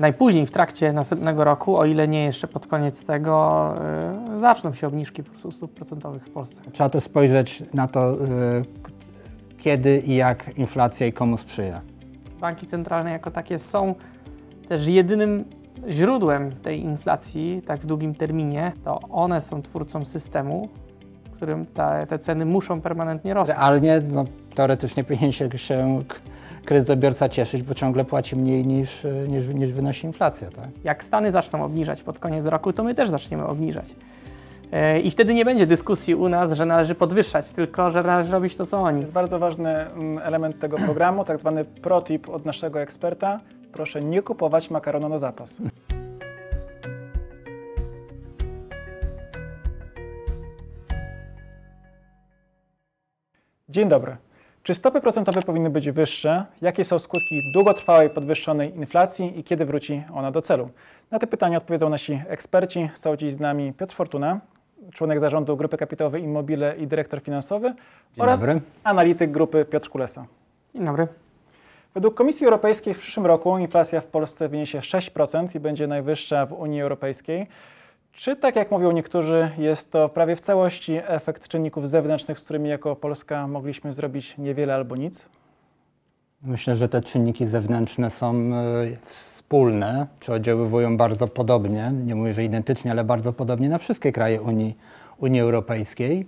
najpóźniej w trakcie następnego roku, o ile nie jeszcze pod koniec tego, zaczną się obniżki po prostu stóp procentowych w Polsce. Trzeba też spojrzeć na to, kiedy i jak inflacja i komu sprzyja. Banki centralne jako takie są też jedynym źródłem tej inflacji, tak w długim terminie. To one są twórcą systemu, w którym te ceny muszą permanentnie rosnąć. Realnie, teoretycznie powinien się kredytobiorca cieszyć, bo ciągle płaci mniej niż wynosi inflacja. Tak? Jak Stany zaczną obniżać pod koniec roku, to my też zaczniemy obniżać. I wtedy nie będzie dyskusji u nas, że należy podwyższać, tylko że należy robić to, co oni. To jest bardzo ważny element tego programu, tak zwany pro-tip od naszego eksperta. Proszę nie kupować makaronu na zapas. Dzień dobry. Czy stopy procentowe powinny być wyższe? Jakie są skutki długotrwałej podwyższonej inflacji i kiedy wróci ona do celu? Na te pytania odpowiedzą nasi eksperci. Są dziś z nami Piotr Fortuna, członek zarządu Grupy Kapitałowej Immobile i dyrektor finansowy oraz analityk grupy Piotr Kulesa. Dzień dobry. Według Komisji Europejskiej w przyszłym roku inflacja w Polsce wyniesie 6% i będzie najwyższa w Unii Europejskiej. Czy, tak jak mówią niektórzy, jest to prawie w całości efekt czynników zewnętrznych, z którymi jako Polska mogliśmy zrobić niewiele albo nic? Myślę, że te czynniki zewnętrzne są wspólne, czy oddziaływują bardzo podobnie, nie mówię, że identycznie, ale bardzo podobnie na wszystkie kraje Unii Europejskiej.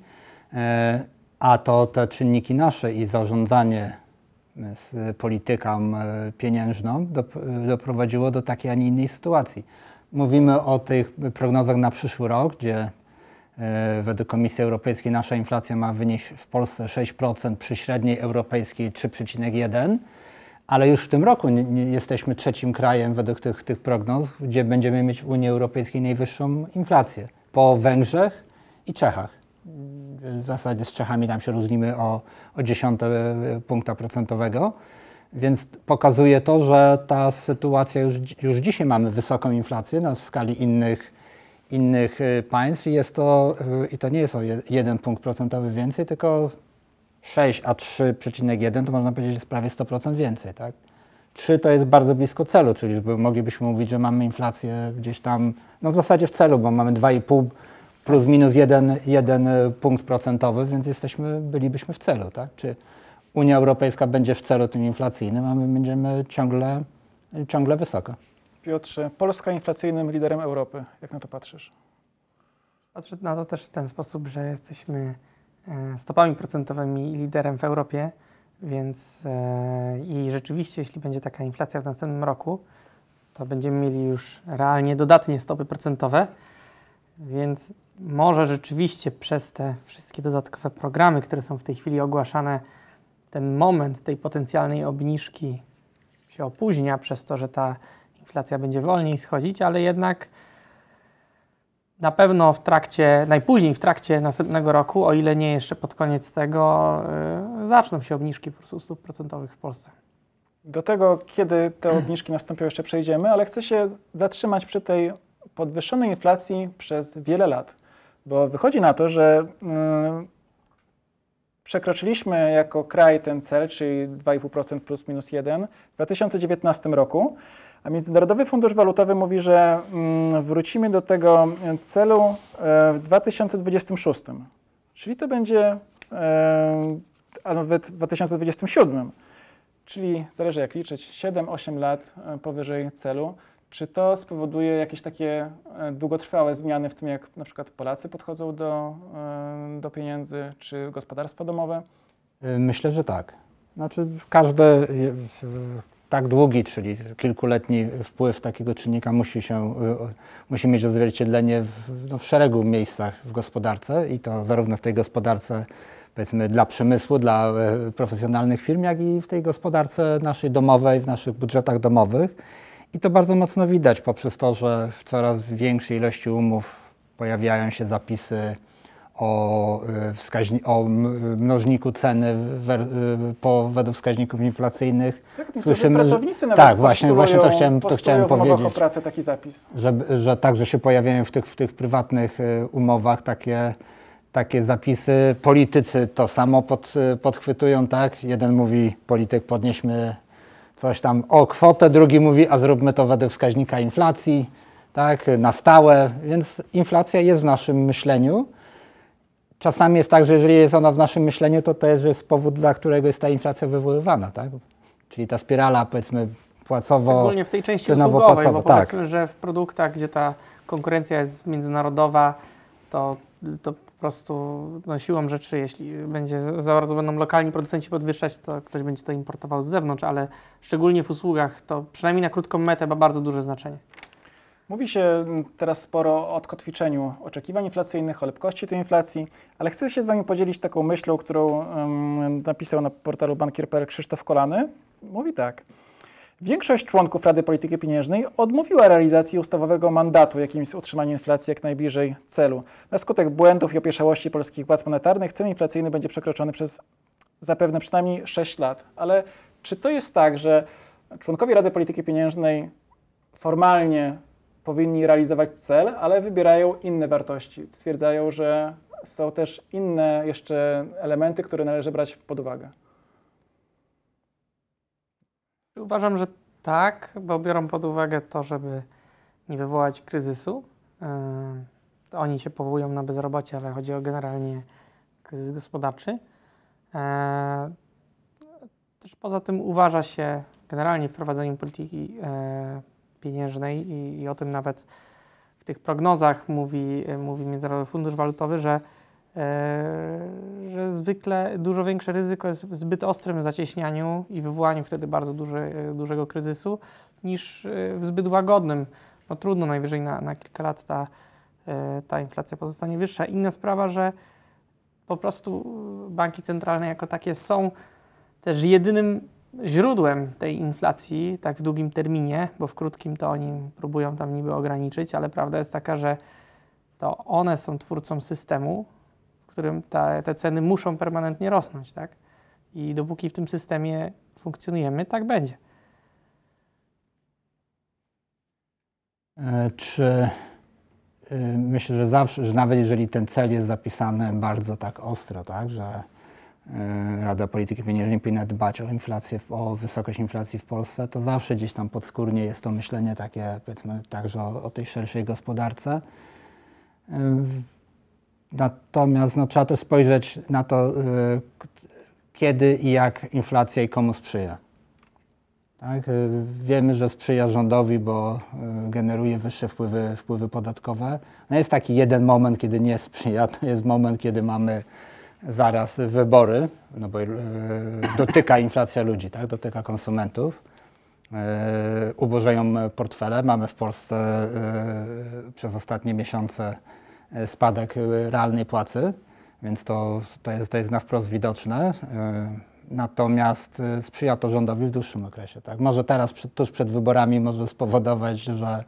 A to te czynniki nasze i zarządzanie z polityką pieniężną doprowadziło do takiej, a nie innej sytuacji. Mówimy o tych prognozach na przyszły rok, gdzie według Komisji Europejskiej nasza inflacja ma wynieść w Polsce 6%, przy średniej europejskiej 3,1%, ale już w tym roku jesteśmy trzecim krajem według tych prognoz, gdzie będziemy mieć w Unii Europejskiej najwyższą inflację, po Węgrzech i Czechach. W zasadzie z Czechami tam się różnimy o 0,1 punkta procentowego. Więc pokazuje to, że ta sytuacja już dzisiaj mamy wysoką inflację na skali innych państw i to nie jest o 1 punkt procentowy więcej, tylko 6 a 3,1 to można powiedzieć jest prawie 100% więcej. Tak? 3 to jest bardzo blisko celu, czyli moglibyśmy mówić, że mamy inflację gdzieś tam, no w zasadzie w celu, bo mamy 2,5 plus minus 1 punkt procentowy, więc bylibyśmy w celu. Tak? Czy Unia Europejska będzie w celu tym inflacyjnym, a my będziemy ciągle wysoko. Piotrze, Polska inflacyjnym liderem Europy. Jak na to patrzysz? Patrzę na to też w ten sposób, że jesteśmy stopami procentowymi liderem w Europie, więc i rzeczywiście, jeśli będzie taka inflacja w następnym roku, to będziemy mieli już realnie dodatnie stopy procentowe, więc może rzeczywiście przez te wszystkie dodatkowe programy, które są w tej chwili ogłaszane, ten moment tej potencjalnej obniżki się opóźnia przez to, że ta inflacja będzie wolniej schodzić, ale jednak na pewno najpóźniej w trakcie następnego roku, o ile nie jeszcze pod koniec tego, zaczną się obniżki po prostu stóp procentowych w Polsce. Do tego, kiedy te obniżki nastąpią, jeszcze przejdziemy, ale chcę się zatrzymać przy tej podwyższonej inflacji przez wiele lat, bo wychodzi na to, że przekroczyliśmy jako kraj ten cel, czyli 2,5% plus minus 1 w 2019 roku, a Międzynarodowy Fundusz Walutowy mówi, że wrócimy do tego celu w 2026, czyli to będzie a nawet w 2027, czyli zależy jak liczyć, 7-8 lat powyżej celu. Czy to spowoduje jakieś takie długotrwałe zmiany w tym, jak na przykład Polacy podchodzą do pieniędzy, czy gospodarstwa domowe? Myślę, że tak. Znaczy każdy tak długi, czyli kilkuletni wpływ takiego czynnika musi mieć odzwierciedlenie w szeregu miejscach w gospodarce i to zarówno w tej gospodarce powiedzmy dla przemysłu, dla profesjonalnych firm, jak i w tej gospodarce naszej domowej, w naszych budżetach domowych. I to bardzo mocno widać poprzez to, że w coraz większej ilości umów pojawiają się zapisy o mnożniku ceny według wskaźników inflacyjnych. Tak, słyszymy, pracownicy nawet właśnie to chciałem powiedzieć, o pracę taki zapis. Że także się pojawiają w tych prywatnych umowach takie zapisy. Politycy to samo podchwytują, tak? Jeden mówi, polityk, podnieśmy coś tam o kwotę, drugi mówi, a zróbmy to według wskaźnika inflacji, tak, na stałe, więc inflacja jest w naszym myśleniu. Czasami jest tak, że jeżeli jest ona w naszym myśleniu, to jest powód, dla którego jest ta inflacja wywoływana, tak? Czyli ta spirala, powiedzmy, płacowo... Szczególnie w tej części cenowo-płacowa, usługowej, bo tak. powiedzmy, że w produktach, gdzie ta konkurencja jest międzynarodowa, to po prostu siłą rzeczy, jeśli za bardzo będą lokalni producenci podwyższać, to ktoś będzie to importował z zewnątrz, ale szczególnie w usługach to przynajmniej na krótką metę ma bardzo duże znaczenie. Mówi się teraz sporo o odkotwiczeniu oczekiwań inflacyjnych, o lepkości tej inflacji, ale chcę się z Wami podzielić taką myślą, którą napisał na portalu bankier.pl Krzysztof Kolany. Mówi tak. Większość członków Rady Polityki Pieniężnej odmówiła realizacji ustawowego mandatu, jakim jest utrzymanie inflacji jak najbliżej celu. Na skutek błędów i opieszałości polskich władz monetarnych cel inflacyjny będzie przekroczony przez zapewne przynajmniej 6 lat. Ale czy to jest tak, że członkowie Rady Polityki Pieniężnej formalnie powinni realizować cel, ale wybierają inne wartości? Stwierdzają, że są też inne jeszcze elementy, które należy brać pod uwagę. Uważam, że tak, bo biorą pod uwagę to, żeby nie wywołać kryzysu. To oni się powołują na bezrobocie, ale chodzi o generalnie kryzys gospodarczy. Też poza tym uważa się generalnie w prowadzeniu polityki pieniężnej i o tym nawet w tych prognozach mówi Międzynarodowy Fundusz Walutowy, że zwykle dużo większe ryzyko jest w zbyt ostrym zacieśnianiu i wywołaniu wtedy bardzo dużego kryzysu niż w zbyt łagodnym. No trudno, najwyżej na kilka lat ta inflacja pozostanie wyższa. Inna sprawa, że po prostu banki centralne jako takie są też jedynym źródłem tej inflacji tak w długim terminie, bo w krótkim to oni próbują tam niby ograniczyć, ale prawda jest taka, że to one są twórcą systemu, w którym te ceny muszą permanentnie rosnąć, tak? I dopóki w tym systemie funkcjonujemy, tak będzie. Myślę, że zawsze, że nawet jeżeli ten cel jest zapisany bardzo tak ostro, tak, że Rada Polityki Pieniężnej powinna dbać o inflację, o wysokość inflacji w Polsce, to zawsze gdzieś tam podskórnie jest to myślenie takie, powiedzmy, także o tej szerszej gospodarce. Natomiast trzeba też spojrzeć na to, kiedy i jak inflacja i komu sprzyja. Tak? Wiemy, że sprzyja rządowi, bo generuje wyższe wpływy podatkowe. No jest taki jeden moment, kiedy nie sprzyja, to jest moment, kiedy mamy zaraz wybory, no bo dotyka inflacja ludzi, tak? Dotyka konsumentów. Ubożeją portfele. Mamy w Polsce przez ostatnie miesiące spadek realnej płacy, więc to jest na wprost widoczne. Natomiast sprzyja to rządowi w dłuższym okresie. Tak? Może teraz, tuż przed wyborami, może spowodować, że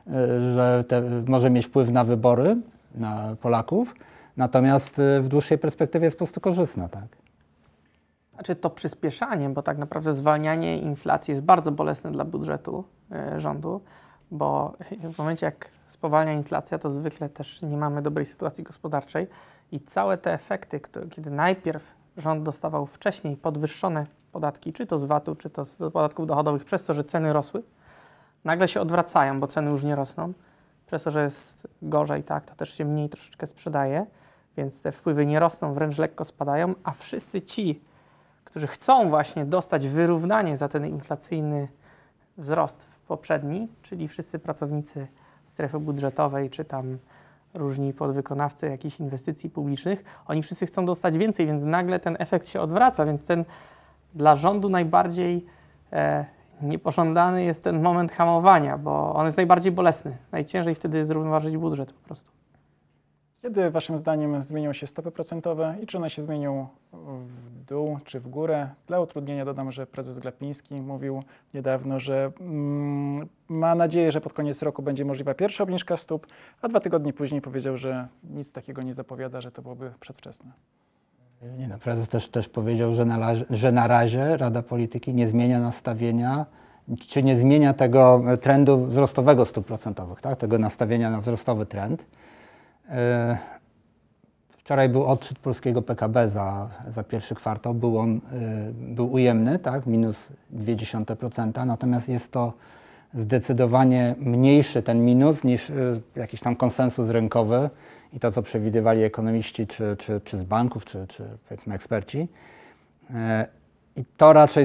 może mieć wpływ na wybory, na Polaków, natomiast w dłuższej perspektywie jest po prostu korzystna. Tak? Znaczy to przyspieszanie, bo tak naprawdę zwalnianie inflacji jest bardzo bolesne dla budżetu rządu, bo w momencie jak spowalnia inflacja, to zwykle też nie mamy dobrej sytuacji gospodarczej i całe te efekty, kiedy najpierw rząd dostawał wcześniej podwyższone podatki, czy to z VAT-u, czy to z podatków dochodowych, przez to, że ceny rosły, nagle się odwracają, bo ceny już nie rosną. Przez to, że jest gorzej, tak, to też się mniej troszeczkę sprzedaje, więc te wpływy nie rosną, wręcz lekko spadają, a wszyscy ci, którzy chcą właśnie dostać wyrównanie za ten inflacyjny wzrost poprzedni, czyli wszyscy pracownicy strefy budżetowej, czy tam różni podwykonawcy jakichś inwestycji publicznych, oni wszyscy chcą dostać więcej, więc nagle ten efekt się odwraca, więc ten dla rządu najbardziej niepożądany jest ten moment hamowania, bo on jest najbardziej bolesny. Najciężej wtedy zrównoważyć budżet po prostu. Kiedy Waszym zdaniem zmienią się stopy procentowe i czy one się zmienią w dół czy w górę? Dla utrudnienia dodam, że prezes Glapiński mówił niedawno, że ma nadzieję, że pod koniec roku będzie możliwa pierwsza obniżka stóp, a 2 tygodnie później powiedział, że nic takiego nie zapowiada, że to byłoby przedwczesne. Nie, no, prezes też powiedział, że na razie Rada Polityki nie zmienia nastawienia, czy nie zmienia tego trendu wzrostowego stóp procentowych, tak? Tego nastawienia na wzrostowy trend. Wczoraj był odczyt polskiego PKB za pierwszy kwartał. Był ujemny, tak, minus 0,2%, natomiast jest to zdecydowanie mniejszy ten minus niż jakiś tam konsensus rynkowy i to, co przewidywali ekonomiści, czy z banków, czy powiedzmy eksperci. I to raczej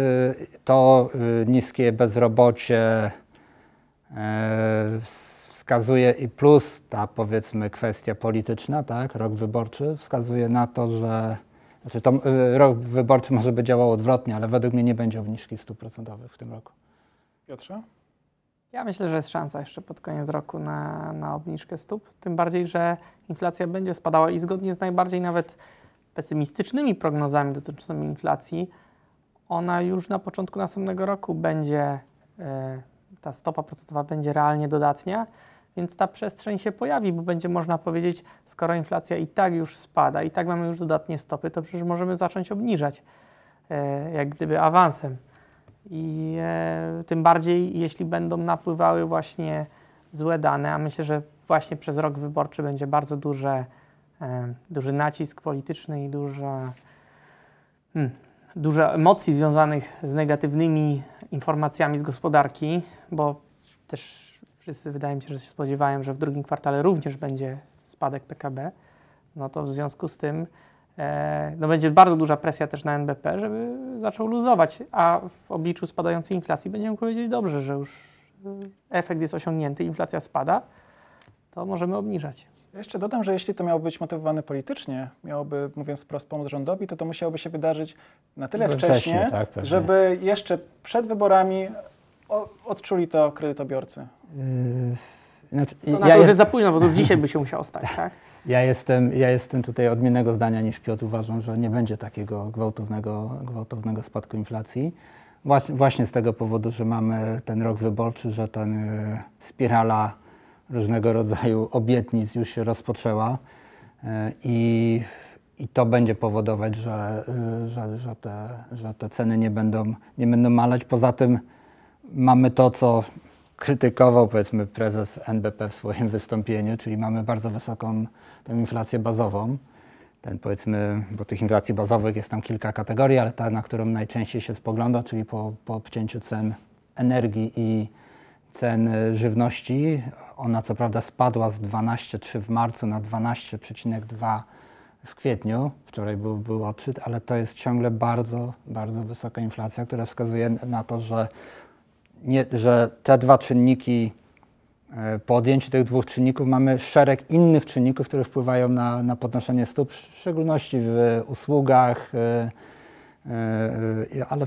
niskie bezrobocie wskazuje i plus ta, powiedzmy, kwestia polityczna, tak, rok wyborczy wskazuje na to, że rok wyborczy może by działał odwrotnie, ale według mnie nie będzie obniżki stóp procentowych w tym roku. Piotrze? Ja myślę, że jest szansa jeszcze pod koniec roku na obniżkę stóp, tym bardziej, że inflacja będzie spadała i zgodnie z najbardziej nawet pesymistycznymi prognozami dotyczącymi inflacji, ona już na początku następnego roku będzie, ta stopa procentowa będzie realnie dodatnia, więc ta przestrzeń się pojawi, bo będzie można powiedzieć, skoro inflacja i tak już spada, i tak mamy już dodatnie stopy, to przecież możemy zacząć obniżać, jak gdyby awansem. I tym bardziej, jeśli będą napływały właśnie złe dane, a myślę, że właśnie przez rok wyborczy będzie bardzo duży nacisk polityczny i dużo emocji związanych z negatywnymi informacjami z gospodarki, bo też wszyscy wydaje mi się, że się spodziewają, że w drugim kwartale również będzie spadek PKB, no to w związku z tym będzie bardzo duża presja też na NBP, żeby zaczął luzować, a w obliczu spadającej inflacji będziemy powiedzieć dobrze, że już efekt jest osiągnięty, inflacja spada, to możemy obniżać. Ja jeszcze dodam, że jeśli to miało być motywowane politycznie, miałoby, mówiąc wprost, pomóc rządowi, to musiałoby się wydarzyć na tyle wcześnie, tak, żeby jeszcze przed wyborami odczuli to kredytobiorcy. To już jest za późno, bo to już dzisiaj by się musiało stać, tak? Ja jestem tutaj odmiennego zdania niż Piotr. Uważam, że nie będzie takiego gwałtownego spadku inflacji. Właśnie z tego powodu, że mamy ten rok wyborczy, że ten spirala różnego rodzaju obietnic już się rozpoczęła i to będzie powodować, że te ceny nie będą maleć. Poza tym mamy to, co krytykował, powiedzmy, prezes NBP w swoim wystąpieniu, czyli mamy bardzo wysoką tę inflację bazową. Powiedzmy, bo tych inflacji bazowych jest tam kilka kategorii, ale ta, na którą najczęściej się spogląda, czyli po obcięciu cen energii i cen żywności, ona co prawda spadła z 12,3 w marcu na 12,2 w kwietniu. Wczoraj był odczyt, ale to jest ciągle bardzo, bardzo wysoka inflacja, która wskazuje na to, że te dwa czynniki, po odjęciu tych dwóch czynników mamy szereg innych czynników, które wpływają na podnoszenie stóp, w szczególności w usługach, ale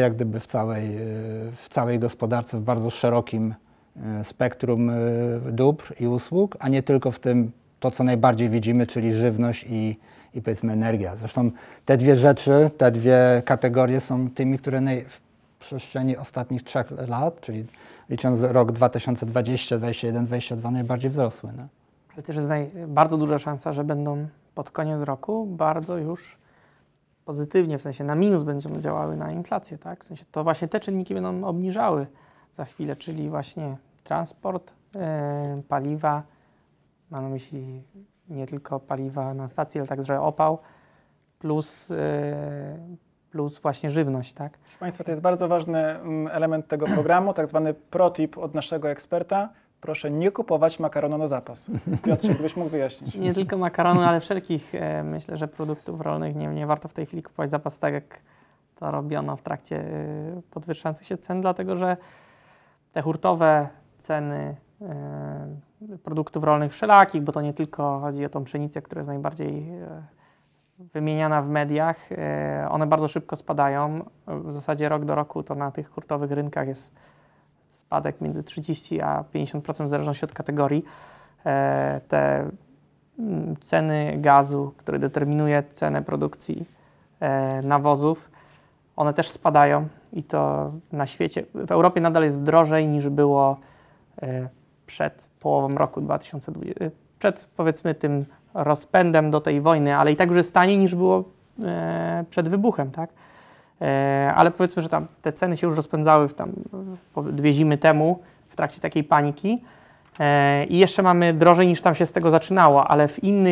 w całej gospodarce, w bardzo szerokim spektrum dóbr i usług, a nie tylko w tym, to co najbardziej widzimy, czyli żywność i powiedzmy energia. Zresztą te dwie rzeczy, te dwie kategorie są tymi, które w przestrzeni ostatnich 3 lat, czyli licząc rok 2020, 2021, 2022 najbardziej wzrosły. No. Ale też jest bardzo duża szansa, że będą pod koniec roku bardzo już pozytywnie, w sensie na minus będą działały na inflację, tak? W sensie to właśnie te czynniki będą obniżały za chwilę, czyli właśnie transport, paliwa, mam na myśli nie tylko paliwa na stacji, ale także opał, plus właśnie żywność, tak? Proszę Państwa, to jest bardzo ważny element tego programu, tak zwany pro-tip od naszego eksperta. Proszę nie kupować makaronu na zapas. Piotrze, gdybyś mógł wyjaśnić. Nie tylko makaronu, ale wszelkich, myślę, że produktów rolnych nie warto w tej chwili kupować zapas, tak jak to robiono w trakcie podwyższających się cen, dlatego że te hurtowe ceny produktów rolnych wszelakich, bo to nie tylko chodzi o tą pszenicę, która jest najbardziej wymieniana w mediach, one bardzo szybko spadają. W zasadzie rok do roku to na tych hurtowych rynkach jest spadek między 30 a 50% w zależności od kategorii. Te ceny gazu, które determinuje cenę produkcji nawozów, one też spadają i to na świecie. W Europie nadal jest drożej niż było przed połową roku 2020, przed powiedzmy tym rozpędem do tej wojny, ale i tak już jest taniej niż było przed wybuchem, tak? Ale powiedzmy, że tam te ceny się już rozpędzały dwie zimy temu w trakcie takiej paniki i jeszcze mamy drożej niż tam się z tego zaczynało, ale w innych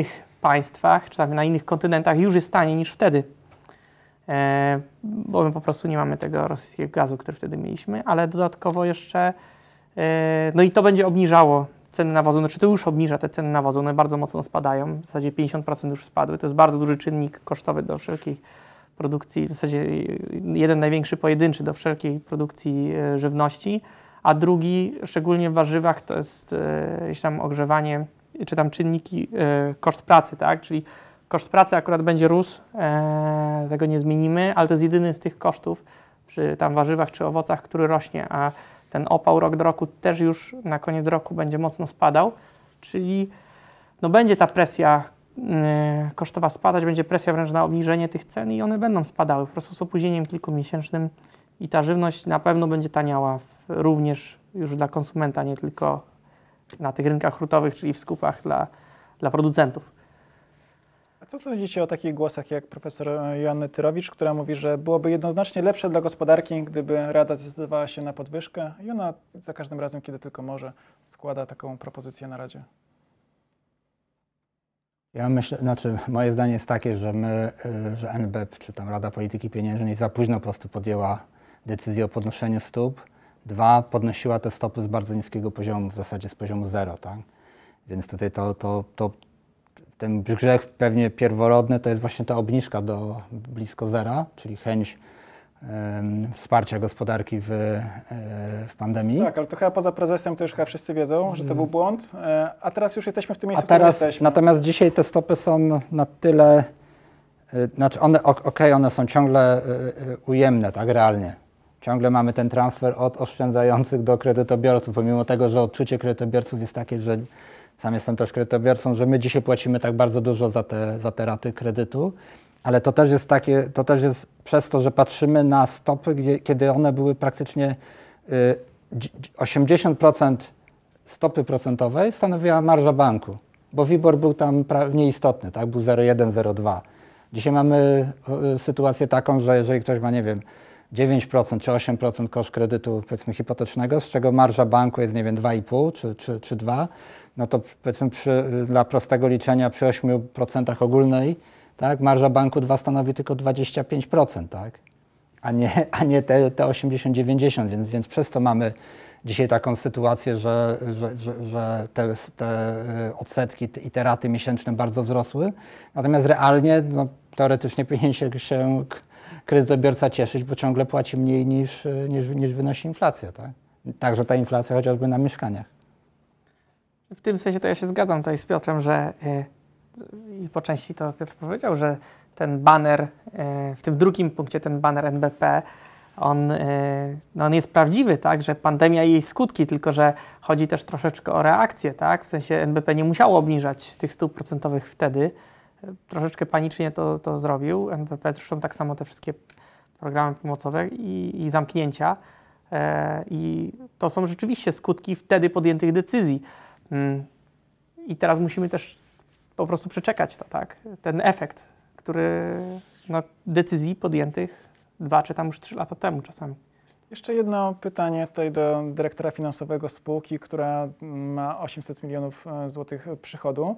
państwach, czy tam na innych kontynentach już jest taniej niż wtedy, bo my po prostu nie mamy tego rosyjskiego gazu, który wtedy mieliśmy, ale dodatkowo jeszcze, no i to będzie obniżało ceny nawozu, znaczy to już obniża te ceny nawozu, one bardzo mocno spadają, w zasadzie 50% już spadły, to jest bardzo duży czynnik kosztowy do wszelkiej produkcji, w zasadzie jeden największy pojedynczy do wszelkiej produkcji żywności, a drugi, szczególnie w warzywach, to jest jeśli tam ogrzewanie, czy tam czynniki, koszt pracy, tak, czyli koszt pracy akurat będzie rósł, tego nie zmienimy, ale to jest jedyny z tych kosztów przy tam warzywach czy owocach, który rośnie, a ten opał rok do roku też już na koniec roku będzie mocno spadał, czyli no będzie ta presja kosztowa spadać, będzie presja wręcz na obniżenie tych cen i one będą spadały po prostu z opóźnieniem kilkumiesięcznym i ta żywność na pewno będzie taniała również już dla konsumenta, nie tylko na tych rynkach hurtowych, czyli w skupach dla producentów. A co sądzicie o takich głosach jak profesor Joanny Tyrowicz, która mówi, że byłoby jednoznacznie lepsze dla gospodarki, gdyby Rada zdecydowała się na podwyżkę i ona za każdym razem, kiedy tylko może, składa taką propozycję na Radzie? Ja myślę, znaczy moje zdanie jest takie, że NBP czy tam Rada Polityki Pieniężnej za późno po prostu podjęła decyzję o podnoszeniu stóp. Dwa, podnosiła te stopy z bardzo niskiego poziomu, w zasadzie z poziomu 0, tak? Więc tutaj ten grzech pewnie pierworodny to jest właśnie ta obniżka do blisko zera, czyli chęć wsparcia gospodarki w pandemii. Tak, ale to chyba poza prezesem to już chyba wszyscy wiedzą, że to był błąd, a teraz już jesteśmy w tym miejscu, w którym jesteśmy. Natomiast dzisiaj te stopy są na tyle, znaczy one są ciągle ujemne, tak, realnie. Ciągle mamy ten transfer od oszczędzających do kredytobiorców, pomimo tego, że odczucie kredytobiorców jest takie, że sam jestem też kredytobiorcą, że my dzisiaj płacimy tak bardzo dużo za te raty kredytu, ale to też jest przez to, że patrzymy na stopy, kiedy one były praktycznie 80% stopy procentowej stanowiła marża banku, bo WIBOR był tam nieistotny, tak? Był 0,1, 0,2. Dzisiaj mamy sytuację taką, że jeżeli ktoś ma, nie wiem, 9% czy 8% koszt kredytu, powiedzmy, hipotecznego, z czego marża banku jest, nie wiem, 2,5 czy 2, no to powiedzmy dla prostego liczenia przy 8% ogólnej, tak, marża banku 2 stanowi tylko 25%, tak, a nie te 80-90, więc przez to mamy dzisiaj taką sytuację, że te odsetki i te raty miesięczne bardzo wzrosły, natomiast realnie, no, teoretycznie powinien się kredytobiorca cieszyć, bo ciągle płaci mniej niż wynosi inflacja, tak? Także ta inflacja chociażby na mieszkaniach. W tym sensie to ja się zgadzam tutaj z Piotrem, że i po części to Piotr powiedział, że ten baner, w tym drugim punkcie ten baner NBP, on jest prawdziwy, tak, że pandemia i jej skutki, tylko że chodzi też troszeczkę o reakcję, tak, w sensie NBP nie musiało obniżać tych stóp procentowych wtedy, troszeczkę panicznie to zrobił, NBP zresztą tak samo te wszystkie programy pomocowe i zamknięcia i to są rzeczywiście skutki wtedy podjętych decyzji. I teraz musimy też po prostu przeczekać to, tak? Ten efekt, który decyzji podjętych 2 czy tam już 3 lata temu czasami. Jeszcze jedno pytanie tutaj do dyrektora finansowego spółki, która ma 800 milionów złotych przychodu.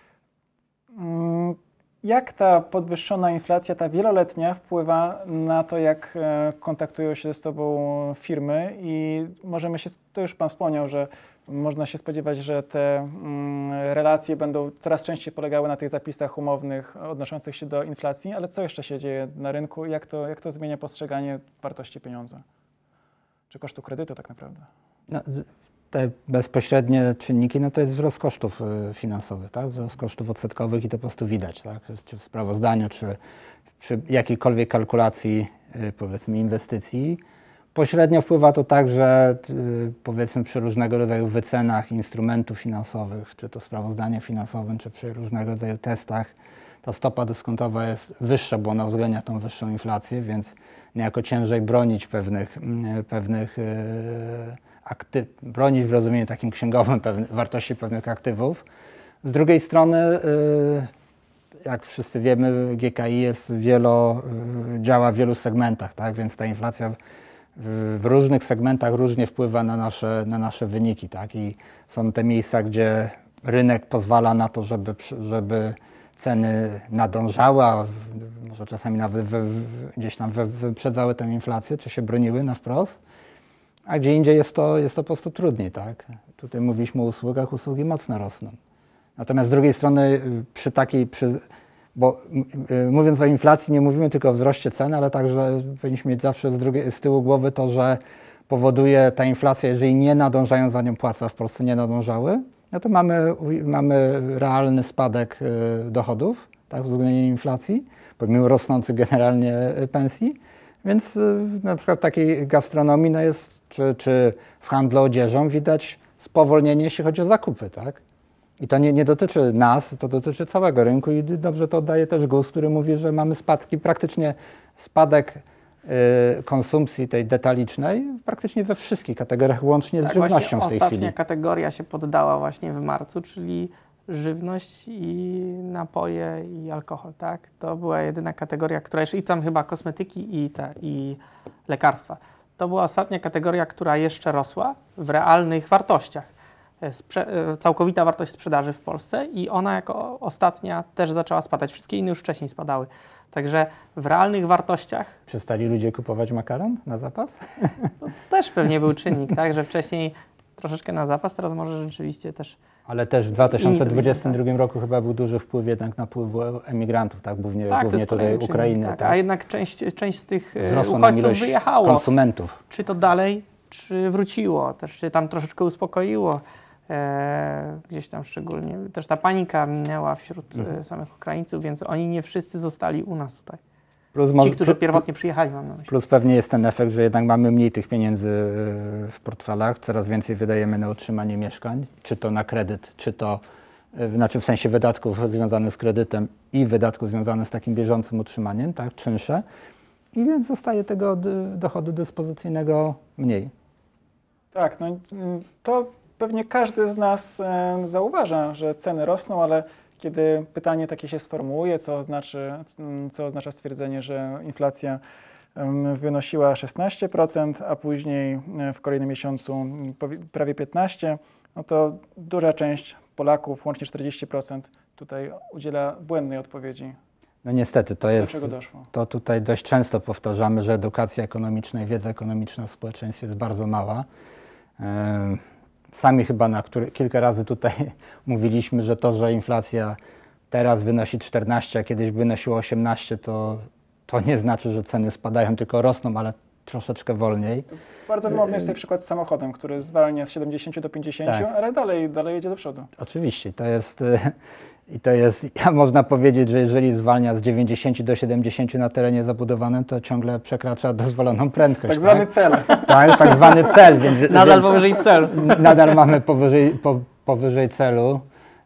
Jak ta podwyższona inflacja, ta wieloletnia, wpływa na to, jak kontaktują się ze Tobą firmy i możemy się, to już Pan wspomniał, że można się spodziewać, że te relacje będą coraz częściej polegały na tych zapisach umownych odnoszących się do inflacji, ale co jeszcze się dzieje na rynku? Jak to zmienia postrzeganie wartości pieniądza? Czy kosztu kredytu tak naprawdę? No, te bezpośrednie czynniki, no to jest wzrost kosztów finansowych, tak? Wzrost kosztów odsetkowych i to po prostu widać, tak? Czy w sprawozdaniu, czy przy jakiejkolwiek kalkulacji, powiedzmy, inwestycji. Pośrednio wpływa to tak, że powiedzmy przy różnego rodzaju wycenach instrumentów finansowych, czy to sprawozdaniu finansowym, czy przy różnego rodzaju testach, ta stopa dyskontowa jest wyższa, bo ona uwzględnia tą wyższą inflację, więc niejako ciężej bronić bronić w rozumieniu takim księgowym wartości pewnych aktywów. Z drugiej strony, jak wszyscy wiemy, GKI działa w wielu segmentach, tak? Więc ta inflacja w różnych segmentach różnie wpływa na nasze wyniki, tak? I są te miejsca, gdzie rynek pozwala na to, żeby ceny nadążały, a może czasami nawet gdzieś tam wyprzedzały tę inflację, czy się broniły na wprost, a gdzie indziej jest to po prostu trudniej, tak? Tutaj mówiliśmy o usługach, usługi mocno rosną. Natomiast z drugiej strony bo mówiąc o inflacji nie mówimy tylko o wzroście cen, ale także powinniśmy mieć zawsze z tyłu głowy to, że powoduje ta inflacja, jeżeli nie nadążają za nią płace, a w Polsce nie nadążały, no to mamy realny spadek dochodów, tak, uwzględnienie inflacji, pomimo rosnących generalnie pensji. Więc na przykład w takiej gastronomii no jest, czy w handlu odzieżą widać spowolnienie, jeśli chodzi o zakupy, tak? I to nie dotyczy nas, to dotyczy całego rynku i dobrze to oddaje też GUS, który mówi, że mamy praktycznie spadek konsumpcji tej detalicznej praktycznie we wszystkich kategoriach, łącznie z żywnością w tej chwili. Ostatnia kategoria się poddała właśnie w marcu, czyli żywność i napoje i alkohol, tak? To była jedyna kategoria, która jeszcze, i tam chyba kosmetyki i lekarstwa. To była ostatnia kategoria, która jeszcze rosła w realnych wartościach. Całkowita wartość sprzedaży w Polsce i ona jako ostatnia też zaczęła spadać. Wszystkie inne już wcześniej spadały. Także w realnych wartościach... Przestali ludzie kupować makaron na zapas? No, to też pewnie był czynnik, tak? Że wcześniej troszeczkę na zapas, teraz może rzeczywiście też... Ale też w 2022 roku chyba był duży wpływ jednak napływ emigrantów, tak? Głównie tutaj Ukrainy. Tak. Tak? A jednak część z tych wzrosła nam uchodźców wyjechało. Konsumentów. Czy to dalej, czy wróciło, też się tam troszeczkę uspokoiło. Gdzieś tam szczególnie też ta panika minęła wśród samych Ukraińców, więc oni nie wszyscy zostali u nas tutaj. Ci, którzy pierwotnie przyjechali, mam na myśli. Plus pewnie jest ten efekt, że jednak mamy mniej tych pieniędzy w portfelach, coraz więcej wydajemy na utrzymanie mieszkań, czy to na kredyt, czy to w sensie wydatków związanych z kredytem i wydatków związanych z takim bieżącym utrzymaniem, tak, czynsze, i więc zostaje tego dochodu dyspozycyjnego mniej. Tak, no to pewnie każdy z nas zauważa, że ceny rosną, ale kiedy pytanie takie się sformułuje, co oznacza stwierdzenie, że inflacja wynosiła 16%, a później w kolejnym miesiącu prawie 15%, no to duża część Polaków, łącznie 40%, tutaj udziela błędnej odpowiedzi. No niestety, do czego doszło? To tutaj dość często powtarzamy, że edukacja ekonomiczna i wiedza ekonomiczna w społeczeństwie jest bardzo mała. Sami chyba kilka razy tutaj mówiliśmy, że to, że inflacja teraz wynosi 14, a kiedyś wynosiła 18, to nie znaczy, że ceny spadają, tylko rosną, ale troszeczkę wolniej. Bardzo wymowny jest ten przykład z samochodem, który zwalnia z 70 do 50, tak, ale dalej jedzie do przodu. Oczywiście, to jest, można powiedzieć, że jeżeli zwalnia z 90 do 70 na terenie zabudowanym, to ciągle przekracza dozwoloną prędkość. Tak zwany cel. Tak zwany cel. Więc, nadal powyżej celu. Nadal mamy powyżej celu.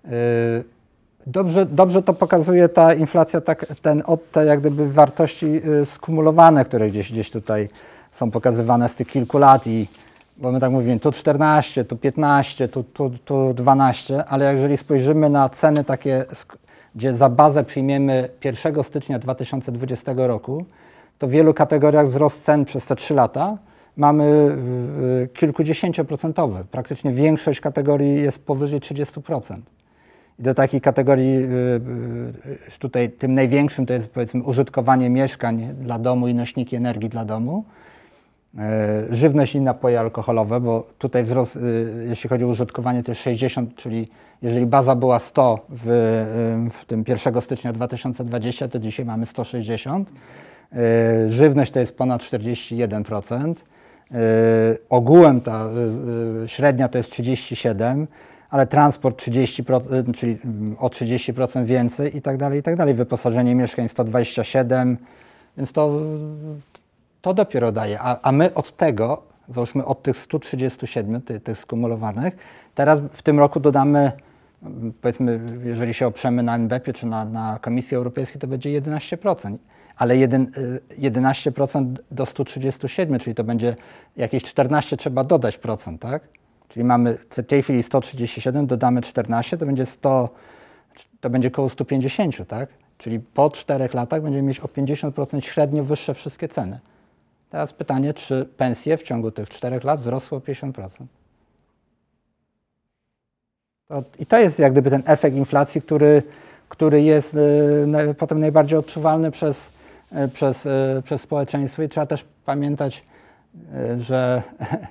Dobrze to pokazuje ta inflacja, te jak gdyby wartości skumulowane, które gdzieś tutaj są pokazywane z tych kilku lat bo my tak mówimy, tu 14, tu 15, tu 12, ale jeżeli spojrzymy na ceny takie, gdzie za bazę przyjmiemy 1 stycznia 2020 roku, to w wielu kategoriach wzrost cen przez te 3 lata mamy kilkudziesięcioprocentowy. Praktycznie większość kategorii jest powyżej 30%. I do takiej kategorii tutaj tym największym to jest powiedzmy użytkowanie mieszkań dla domu i nośniki energii dla domu. Żywność i napoje alkoholowe, bo tutaj wzrost, jeśli chodzi o użytkowanie, to jest 60, czyli jeżeli baza była 100 w tym 1 stycznia 2020, to dzisiaj mamy 160. Żywność to jest ponad 41%. Ogółem ta średnia to jest 37%, ale transport 30%, czyli o 30% więcej i tak dalej. Wyposażenie mieszkań 127, więc to dopiero daje, a my od tego, załóżmy od tych 137, tych skumulowanych, teraz w tym roku dodamy, powiedzmy, jeżeli się oprzemy na NBP czy na Komisji Europejskiej, to będzie 11%, ale 11% do 137, czyli to będzie jakieś 14 trzeba dodać procent, tak? Czyli mamy w tej chwili 137, dodamy 14, to będzie około 150, tak? Czyli po 4 latach będziemy mieć o 50% średnio wyższe wszystkie ceny. Teraz pytanie, czy pensje w ciągu tych 4 lat wzrosły o 50%? I to jest jak gdyby ten efekt inflacji, który jest potem najbardziej odczuwalny przez społeczeństwo i trzeba też pamiętać, że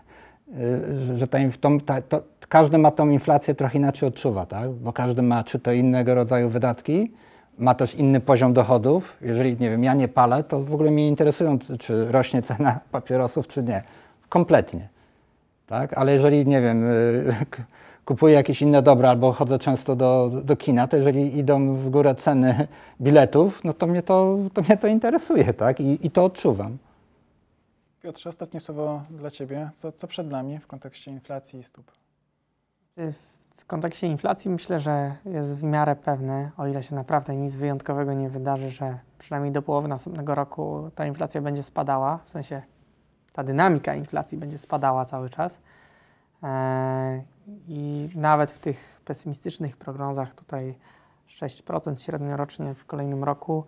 każdy ma tą inflację trochę inaczej odczuwa, tak? Bo każdy ma czy to innego rodzaju wydatki, ma też inny poziom dochodów. Jeżeli, nie wiem, ja nie palę, to w ogóle mnie interesują, czy rośnie cena papierosów, czy nie. Kompletnie. Tak? Ale jeżeli, nie wiem, kupuję jakieś inne dobra albo chodzę często do kina, to jeżeli idą w górę ceny biletów, no to mnie to interesuje, tak? I to odczuwam. Piotrze, ostatnie słowo dla Ciebie. Co przed nami w kontekście inflacji i stóp? W kontekście inflacji myślę, że jest w miarę pewne, o ile się naprawdę nic wyjątkowego nie wydarzy, że przynajmniej do połowy następnego roku ta inflacja będzie spadała, w sensie ta dynamika inflacji będzie spadała cały czas. I nawet w tych pesymistycznych prognozach tutaj 6% średniorocznie w kolejnym roku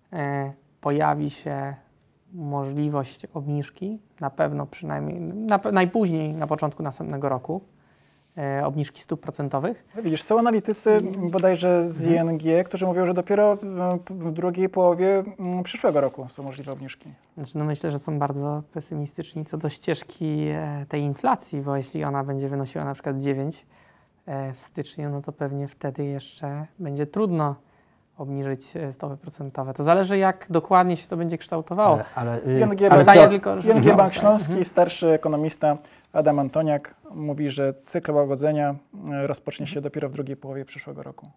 pojawi się możliwość obniżki, na pewno przynajmniej, najpóźniej na początku następnego roku, obniżki stóp procentowych. Widzisz, są analitycy bodajże z ING, którzy mówią, że dopiero w drugiej połowie przyszłego roku są możliwe obniżki. Znaczy, no myślę, że są bardzo pesymistyczni co do ścieżki tej inflacji, bo jeśli ona będzie wynosiła na przykład 9 w styczniu, no to pewnie wtedy jeszcze będzie trudno obniżyć stopy procentowe. To zależy, jak dokładnie się to będzie kształtowało. ING Bank Śląski, starszy ekonomista Adam Antoniak mówi, że cykl łagodzenia rozpocznie się dopiero w drugiej połowie przyszłego roku.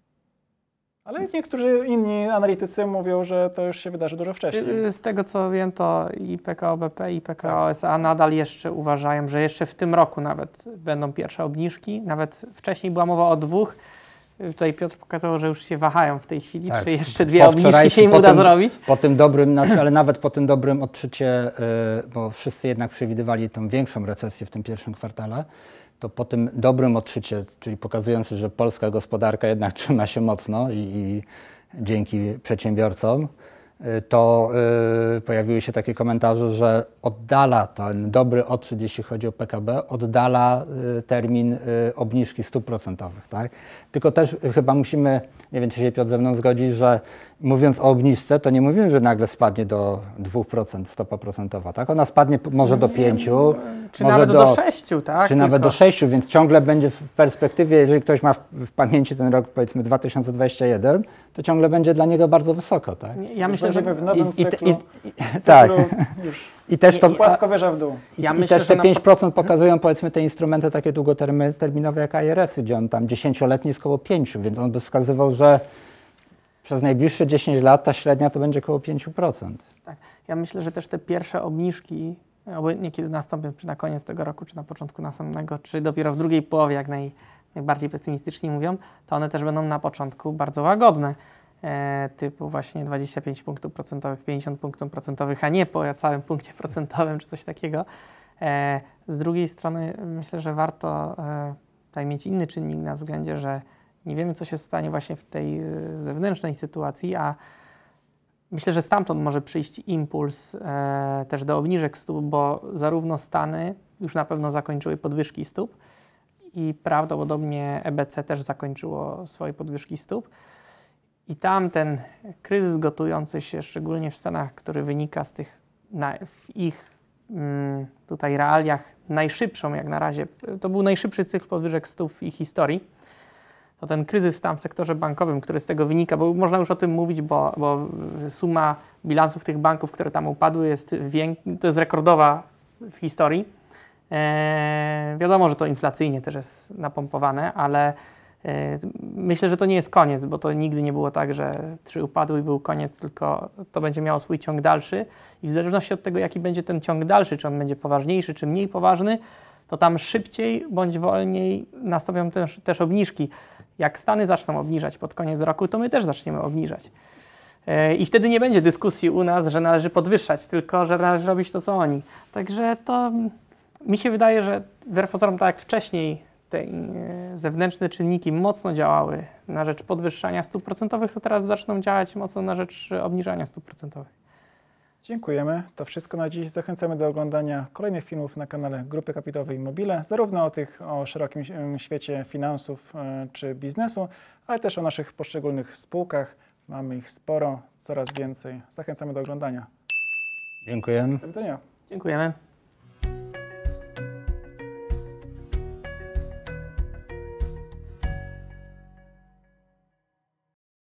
Ale niektórzy inni analitycy mówią, że to już się wydarzy dużo wcześniej. Z tego co wiem, to i PKO BP, i PKO SA nadal jeszcze uważają, że jeszcze w tym roku nawet będą pierwsze obniżki. Nawet wcześniej była mowa o 2. Tutaj Piotr pokazał, że już się wahają w tej chwili, czy jeszcze 2 obniżki się im uda zrobić. Po tym dobrym, ale nawet po tym dobrym odczycie, bo wszyscy jednak przewidywali tą większą recesję w tym pierwszym kwartale, to po tym dobrym odczycie, czyli pokazujący, że polska gospodarka jednak trzyma się mocno i dzięki przedsiębiorcom, to pojawiły się takie komentarze, że oddala ten dobry odczyt, jeśli chodzi o PKB, oddala termin obniżki stóp procentowych. Tak? Tylko też chyba musimy, nie wiem, czy się Piotr ze mną zgodzi, że mówiąc o obniżce, to nie mówimy, że nagle spadnie do 2% stopa procentowa. Tak? Ona spadnie może do 5%. Czy nawet do 6%, tak? Czy nawet do 6%, więc ciągle będzie w perspektywie, jeżeli ktoś ma w pamięci ten rok, powiedzmy 2021, to ciągle będzie dla niego bardzo wysoko. Tak? Ja myślę, że w nowym cyklu, tak. już I też to płaskowierza w dół. Ja myślę, też te 5% pokazują, powiedzmy, te instrumenty takie długoterminowe jak IRS-y, gdzie on tam 10-letni jest około 5%, więc on by wskazywał, że przez najbliższe 10 lat ta średnia to będzie około 5%. Tak. Ja myślę, że też te pierwsze obniżki, obojętnie kiedy nastąpią, czy na koniec tego roku, czy na początku następnego, czy dopiero w drugiej połowie, jak najbardziej pesymistycznie mówią, to one też będą na początku bardzo łagodne. Typu właśnie 25 punktów procentowych, 50 punktów procentowych, a nie po całym punkcie procentowym, czy coś takiego. Z drugiej strony myślę, że warto tutaj mieć inny czynnik na względzie, że nie wiemy, co się stanie właśnie w tej zewnętrznej sytuacji, a myślę, że stamtąd może przyjść impuls też do obniżek stóp, bo zarówno Stany już na pewno zakończyły podwyżki stóp i prawdopodobnie EBC też zakończyło swoje podwyżki stóp. I tam ten kryzys gotujący się, szczególnie w Stanach, który wynika z tych, w ich tutaj realiach najszybszą jak na razie, to był najszybszy cykl podwyżek stóp w ich historii, to ten kryzys tam w sektorze bankowym, który z tego wynika, bo można już o tym mówić, bo suma bilansów tych banków, które tam upadły, to jest rekordowa w historii. Wiadomo, że to inflacyjnie też jest napompowane, ale myślę, że to nie jest koniec, bo to nigdy nie było tak, że 3 upadły i był koniec, tylko to będzie miało swój ciąg dalszy i w zależności od tego, jaki będzie ten ciąg dalszy, czy on będzie poważniejszy, czy mniej poważny, to tam szybciej bądź wolniej nastąpią też obniżki. Jak Stany zaczną obniżać pod koniec roku, to my też zaczniemy obniżać. I wtedy nie będzie dyskusji u nas, że należy podwyższać, tylko że należy robić to, co oni. Także to mi się wydaje, że wbrew pozorom, tak jak wcześniej te zewnętrzne czynniki mocno działały na rzecz podwyższania stóp procentowych, to teraz zaczną działać mocno na rzecz obniżania stóp procentowych. Dziękujemy. To wszystko na dziś. Zachęcamy do oglądania kolejnych filmów na kanale Grupy Kapitałowej Immobile, zarówno o szerokim świecie finansów czy biznesu, ale też o naszych poszczególnych spółkach. Mamy ich sporo, coraz więcej. Zachęcamy do oglądania. Dziękuję. Do widzenia. Dziękujemy.